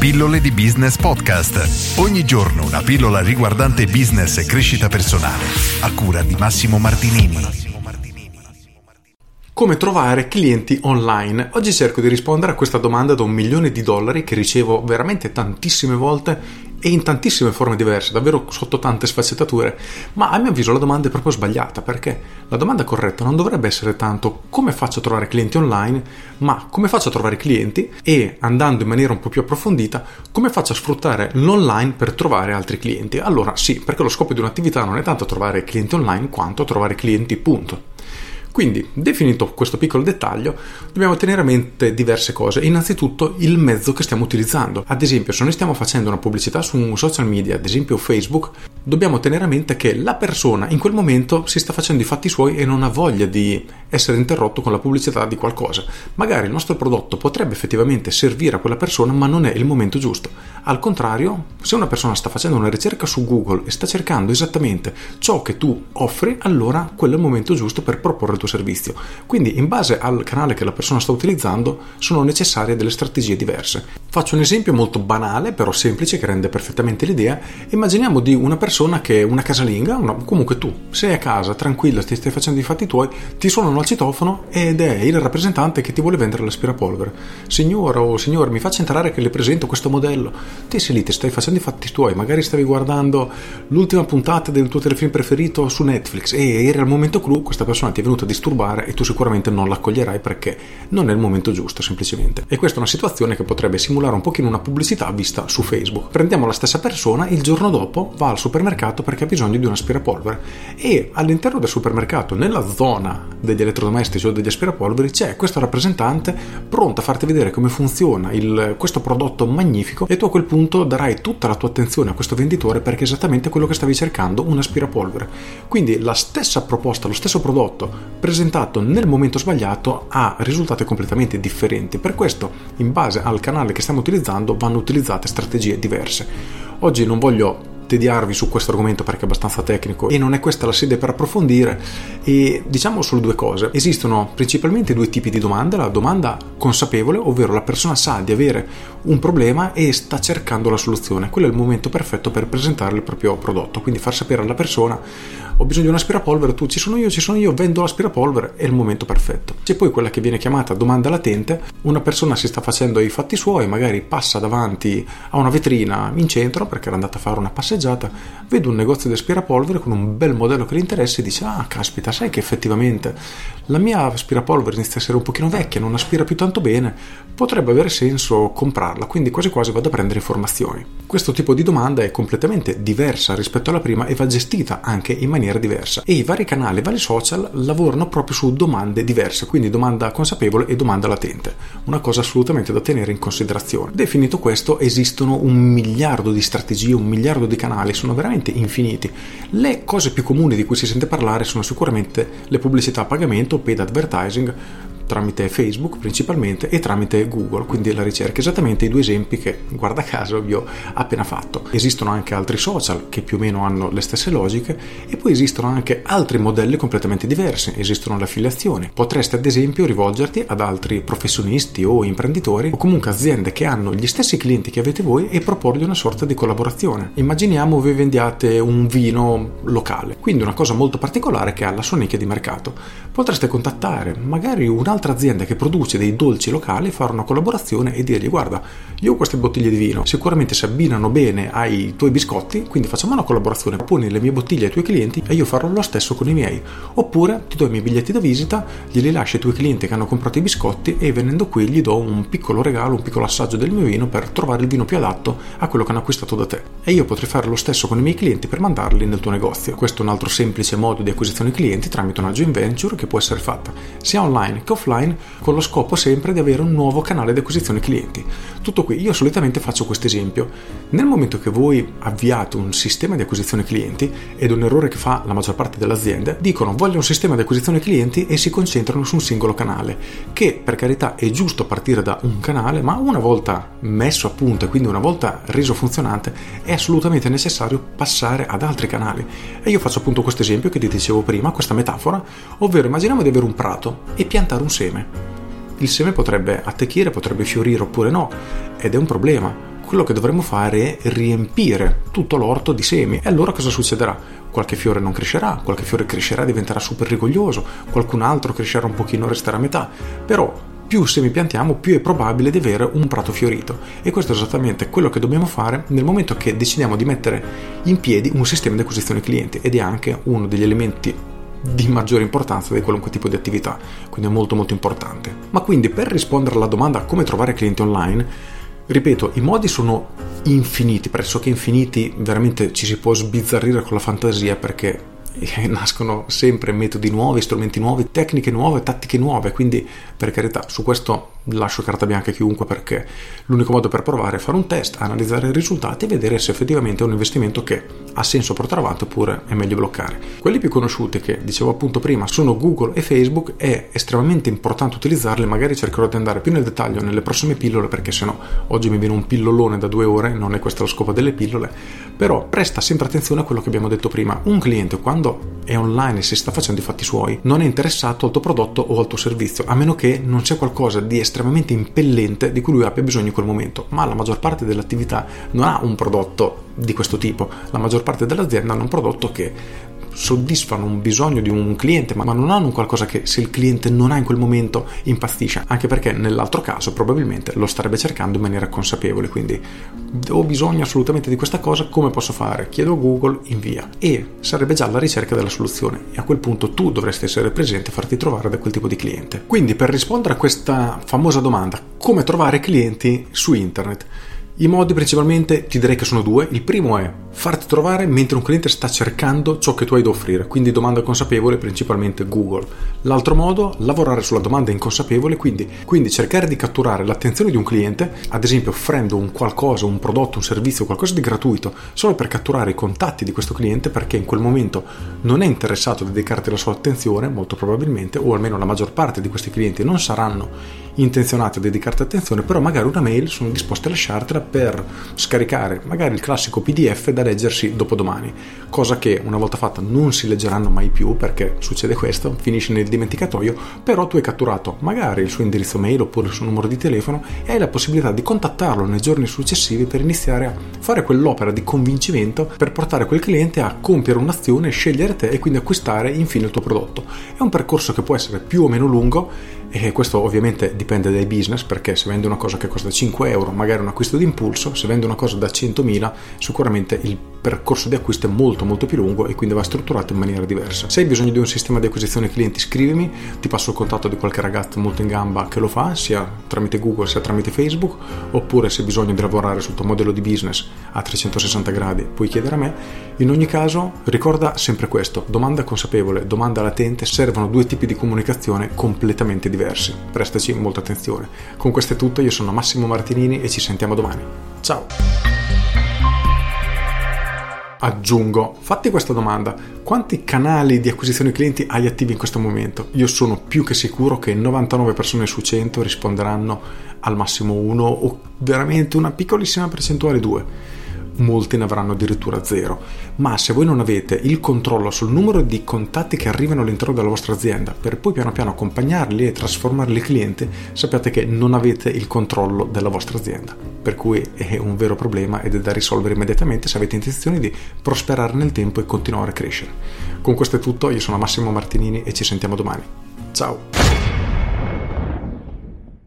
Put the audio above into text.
Pillole di Business Podcast. Ogni giorno una pillola riguardante business e crescita personale. A cura di Massimo Martinini. Come trovare clienti online? Oggi cerco di rispondere a questa domanda da $1.000.000 che ricevo veramente tantissime volte e in tantissime forme diverse, davvero sotto tante sfaccettature, ma a mio avviso la domanda è proprio sbagliata, perché la domanda corretta non dovrebbe essere tanto come faccio a trovare clienti online, ma come faccio a trovare clienti e, andando in maniera un po' più approfondita, come faccio a sfruttare l'online per trovare altri clienti. Allora sì, perché lo scopo di un'attività non è tanto trovare clienti online quanto trovare clienti, punto. Quindi, definito questo piccolo dettaglio, dobbiamo tenere a mente diverse cose. Innanzitutto il mezzo che stiamo utilizzando. Ad esempio, se noi stiamo facendo una pubblicità su un social media, ad esempio Facebook, dobbiamo tenere a mente che la persona in quel momento si sta facendo i fatti suoi e non ha voglia di essere interrotto con la pubblicità di qualcosa. Magari il nostro prodotto potrebbe effettivamente servire a quella persona, ma non è il momento giusto. Al contrario, se una persona sta facendo una ricerca su Google e sta cercando esattamente ciò che tu offri, allora quello è il momento giusto per proporre il tuo servizio. Quindi, in base al canale che la persona sta utilizzando, sono necessarie delle strategie diverse. Faccio un esempio molto banale, però semplice, che rende perfettamente l'idea. Immaginiamo di una persona che è una casalinga, comunque tu sei a casa, tranquilla, ti stai facendo i fatti tuoi, ti suonano al citofono ed è il rappresentante che ti vuole vendere l'aspirapolvere. Signora o signore, mi faccia entrare che le presento questo modello. Ti sei lì, ti stai facendo i fatti tuoi, magari stavi guardando l'ultima puntata del tuo telefilm preferito su Netflix e eri al momento clou, questa persona ti è venuta a disturbare e tu sicuramente non l'accoglierai perché non è il momento giusto, semplicemente. E questa è una situazione che potrebbe simulare un pochino una pubblicità vista su Facebook. Prendiamo la stessa persona, il giorno dopo va al supermercato perché ha bisogno di un aspirapolvere e all'interno del supermercato, nella zona degli elettrodomestici o degli aspirapolveri, c'è questo rappresentante pronto a farti vedere come funziona questo prodotto magnifico e tu a quel punto darai tutta la tua attenzione a questo venditore perché è esattamente quello che stavi cercando, un aspirapolvere. Quindi la stessa proposta, lo stesso prodotto presentato nel momento sbagliato ha risultati completamente differenti. Per questo, in base al canale che stiamo utilizzando, vanno utilizzate strategie diverse. Oggi non voglio tediarvi su questo argomento perché è abbastanza tecnico e non è questa la sede per approfondire, e diciamo solo due cose. Esistono principalmente due tipi di domande: la domanda consapevole, ovvero la persona sa di avere un problema e sta cercando la soluzione. Quello è il momento perfetto per presentare il proprio prodotto, quindi far sapere alla persona: ho bisogno di un aspirapolvere, tu ci sono io, vendo l'aspirapolvere, è il momento perfetto. C'è poi quella che viene chiamata domanda latente: una persona si sta facendo i fatti suoi, magari passa davanti a una vetrina in centro perché era andata a fare una passeggiata, vede un negozio di aspirapolvere con un bel modello che gli interessa e dice: ah, caspita, sai che effettivamente la mia aspirapolvere inizia a essere un pochino vecchia, non aspira più tanto bene, potrebbe avere senso comprarla, quindi quasi quasi vado a prendere informazioni. Questo tipo di domanda è completamente diversa rispetto alla prima e va gestita anche in maniera diversa, e i vari canali, i vari social lavorano proprio su domande diverse, quindi domanda consapevole e domanda latente, una cosa assolutamente da tenere in considerazione. Definito questo, esistono 1 miliardo di strategie, 1 miliardo di canali, sono veramente infiniti. Le cose più comuni di cui si sente parlare sono sicuramente le pubblicità a pagamento, paid advertising, tramite Facebook principalmente e tramite Google, quindi la ricerca, esattamente i due esempi che, guarda caso, vi ho appena fatto. Esistono anche altri social che più o meno hanno le stesse logiche e poi esistono anche altri modelli completamente diversi. Esistono le affiliazioni. Potreste ad esempio rivolgerti ad altri professionisti o imprenditori o comunque aziende che hanno gli stessi clienti che avete voi e proporgli una sorta di collaborazione. Immaginiamo voi vendiate un vino locale, quindi una cosa molto particolare che ha la sua nicchia di mercato. Potreste contattare magari un'altra azienda che produce dei dolci locali, fare una collaborazione e dirgli: guarda, io ho queste bottiglie di vino, sicuramente si abbinano bene ai tuoi biscotti, quindi facciamo una collaborazione, proponi le mie bottiglie ai tuoi clienti e io farò lo stesso con i miei. Oppure ti do i miei biglietti da visita, glieli lascio ai tuoi clienti che hanno comprato i biscotti e venendo qui gli do un piccolo regalo, un piccolo assaggio del mio vino per trovare il vino più adatto a quello che hanno acquistato da te. E io potrei fare lo stesso con i miei clienti per mandarli nel tuo negozio. Questo è un altro semplice modo di acquisizione clienti tramite una joint venture che può essere fatta sia online che offline, con lo scopo sempre di avere un nuovo canale di acquisizione clienti. Tutto qui. Io solitamente faccio questo esempio: nel momento che voi avviate un sistema di acquisizione clienti, ed è un errore che fa la maggior parte delle aziende, dicono voglio un sistema di acquisizione clienti e si concentrano su un singolo canale, che per carità è giusto partire da un canale, ma una volta messo a punto e quindi una volta reso funzionante è assolutamente necessario passare ad altri canali. E io faccio appunto questo esempio che ti dicevo prima, questa metafora, ovvero immaginiamo di avere un prato e piantare un seme. Il seme potrebbe attecchire, potrebbe fiorire oppure no, ed è un problema. quello che dovremmo fare è riempire tutto l'orto di semi. E allora cosa succederà? Qualche fiore non crescerà, qualche fiore crescerà e diventerà super rigoglioso, qualcun altro crescerà un pochino e resterà a metà, però più semi piantiamo, più è probabile di avere un prato fiorito. E questo è esattamente quello che dobbiamo fare nel momento che decidiamo di mettere in piedi un sistema di acquisizione clienti, ed è anche uno degli elementi di maggiore importanza di qualunque tipo di attività, quindi è molto molto importante. Ma quindi, per rispondere alla domanda come trovare clienti online, ripeto, i modi sono infiniti, pressoché infiniti, veramente ci si può sbizzarrire con la fantasia, perché nascono sempre metodi nuovi, strumenti nuovi, tecniche nuove, tattiche nuove, quindi per carità, su questo lascio carta bianca a chiunque, perché l'unico modo per provare è fare un test, analizzare i risultati e vedere se effettivamente è un investimento che ha senso portare avanti oppure è meglio bloccare. Quelli più conosciuti, che dicevo appunto prima, sono Google e Facebook. È estremamente importante utilizzarli, magari cercherò di andare più nel dettaglio nelle prossime pillole, perché sennò oggi mi viene un pillolone da 2 ore, non è questo lo scopo delle pillole. Però presta sempre attenzione a quello che abbiamo detto prima: un cliente, quando è online e si sta facendo i fatti suoi, non è interessato al tuo prodotto o al tuo servizio, a meno che non sia qualcosa di estremamente impellente di cui lui abbia bisogno in quel momento. Ma la maggior parte dell'attività non ha un prodotto di questo tipo, la maggior parte dell'azienda hanno un prodotto che soddisfano un bisogno di un cliente, ma non hanno qualcosa che, se il cliente non ha in quel momento, impazzisce, anche perché nell'altro caso probabilmente lo starebbe cercando in maniera consapevole. Quindi ho bisogno assolutamente di questa cosa, come posso fare? Chiedo a Google, invia, e sarebbe già alla ricerca della soluzione, e a quel punto tu dovresti essere presente e farti trovare da quel tipo di cliente. Quindi, per rispondere a questa famosa domanda, come trovare clienti su internet, i modi principalmente ti direi che sono 2. Il primo è farti trovare mentre un cliente sta cercando ciò che tu hai da offrire, quindi domanda consapevole, principalmente Google. L'altro modo, lavorare sulla domanda inconsapevole, quindi cercare di catturare l'attenzione di un cliente, ad esempio offrendo un qualcosa, un prodotto, un servizio, qualcosa di gratuito, solo per catturare i contatti di questo cliente, perché in quel momento non è interessato a dedicarti la sua attenzione, molto probabilmente, o almeno la maggior parte di questi clienti non saranno intenzionati a dedicarti attenzione, però magari una mail sono disposti a lasciartela per scaricare magari il classico PDF da leggersi dopodomani, cosa che una volta fatta non si leggeranno mai più, perché succede questo, finisce nel dimenticatoio, però tu hai catturato magari il suo indirizzo mail oppure il suo numero di telefono e hai la possibilità di contattarlo nei giorni successivi per iniziare a fare quell'opera di convincimento per portare quel cliente a compiere un'azione, scegliere te e quindi acquistare infine il tuo prodotto. È un percorso che può essere più o meno lungo, e questo ovviamente dipende dai business, perché se vende una cosa che costa 5 euro magari è un acquisto d'impulso, se vende una cosa da 100.000 sicuramente il percorso di acquisto è molto molto più lungo e quindi va strutturato in maniera diversa. Se hai bisogno di un sistema di acquisizione clienti, scrivimi, ti passo il contatto di qualche ragazzo molto in gamba che lo fa, sia tramite Google sia tramite Facebook, oppure se hai bisogno di lavorare sul tuo modello di business a 360 gradi puoi chiedere a me. In ogni caso ricorda sempre questo: domanda consapevole, domanda latente, servono 2 tipi di comunicazione completamente diversi, prestaci molta attenzione. Con questo è tutto, io sono Massimo Martinini e ci sentiamo domani. Ciao! Aggiungo, fatti questa domanda: quanti canali di acquisizione clienti hai attivi in questo momento? Io sono più che sicuro che 99 persone su 100 risponderanno al massimo 1 o veramente una piccolissima percentuale 2. Molti ne avranno addirittura 0. Ma se voi non avete il controllo sul numero di contatti che arrivano all'interno della vostra azienda per poi piano piano accompagnarli e trasformarli in clienti, sappiate che non avete il controllo della vostra azienda, per cui è un vero problema ed è da risolvere immediatamente se avete intenzione di prosperare nel tempo e continuare a crescere. Con questo è tutto, io sono Massimo Martinini e ci sentiamo domani. Ciao!